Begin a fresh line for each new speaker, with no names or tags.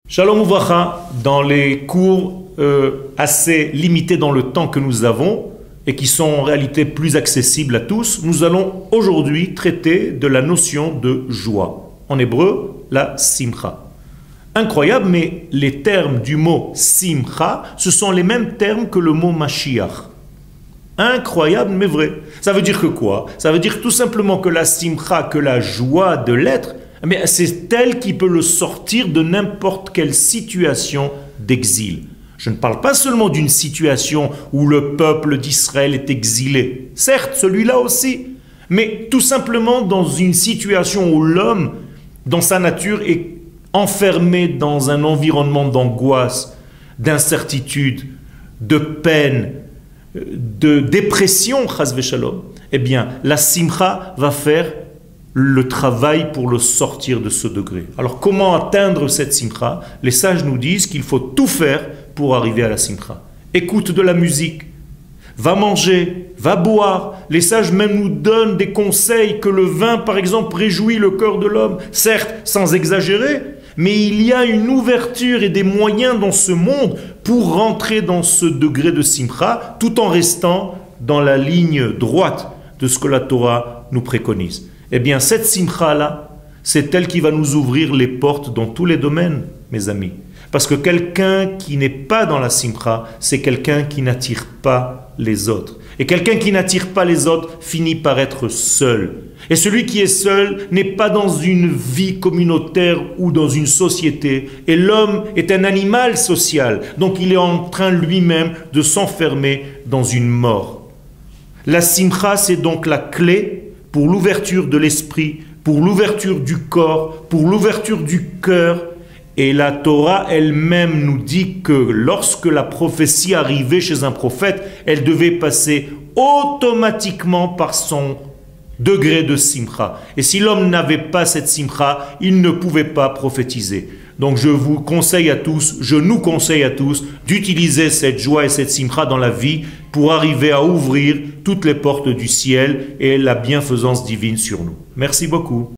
Shalom Uvracha, dans les cours assez limités dans le temps que nous avons et qui sont en réalité plus accessibles à tous, nous allons aujourd'hui traiter de la notion de joie. En hébreu, la simcha. Incroyable, mais les termes du mot simcha, ce sont les mêmes termes que le mot Mashiach. Incroyable, mais vrai. Ça veut dire que quoi? Ça veut dire tout simplement que la simcha, que la joie de l'être, c'est elle qui peut le sortir de n'importe quelle situation d'exil. Je ne parle pas seulement d'une situation où le peuple d'Israël est exilé. Certes, celui-là aussi. Mais tout simplement dans une situation où l'homme, dans sa nature, est enfermé dans un environnement d'angoisse, d'incertitude, de peine, de dépression, chas v'shalom. Eh bien, la simcha va faire le travail pour le sortir de ce degré. Alors comment atteindre cette simcha? Les sages nous disent qu'il faut tout faire pour arriver à la simcha. Écoute de la musique, va manger, va boire. Les sages même nous donnent des conseils que le vin par exemple réjouit le cœur de l'homme, certes sans exagérer, mais il y a une ouverture et des moyens dans ce monde pour rentrer dans ce degré de simcha tout en restant dans la ligne droite de ce que la Torah nous préconise. Eh bien, cette simcha-là, c'est elle qui va nous ouvrir les portes dans tous les domaines, mes amis. Parce que quelqu'un qui n'est pas dans la simcha, c'est quelqu'un qui n'attire pas les autres. Et quelqu'un qui n'attire pas les autres finit par être seul. Et celui qui est seul n'est pas dans une vie communautaire ou dans une société. Et l'homme est un animal social. Donc il est en train lui-même de s'enfermer dans une mort. La simcha, c'est donc la clé pour l'ouverture de l'esprit, pour l'ouverture du corps, pour l'ouverture du cœur. Et la Torah elle-même nous dit que lorsque la prophétie arrivait chez un prophète, elle devait passer automatiquement par son degré de simcha. Et si l'homme n'avait pas cette simcha, il ne pouvait pas prophétiser. Donc je vous conseille à tous, je nous conseille à tous d'utiliser cette joie et cette simcha dans la vie pour arriver à ouvrir toutes les portes du ciel et la bienfaisance divine sur nous. Merci beaucoup.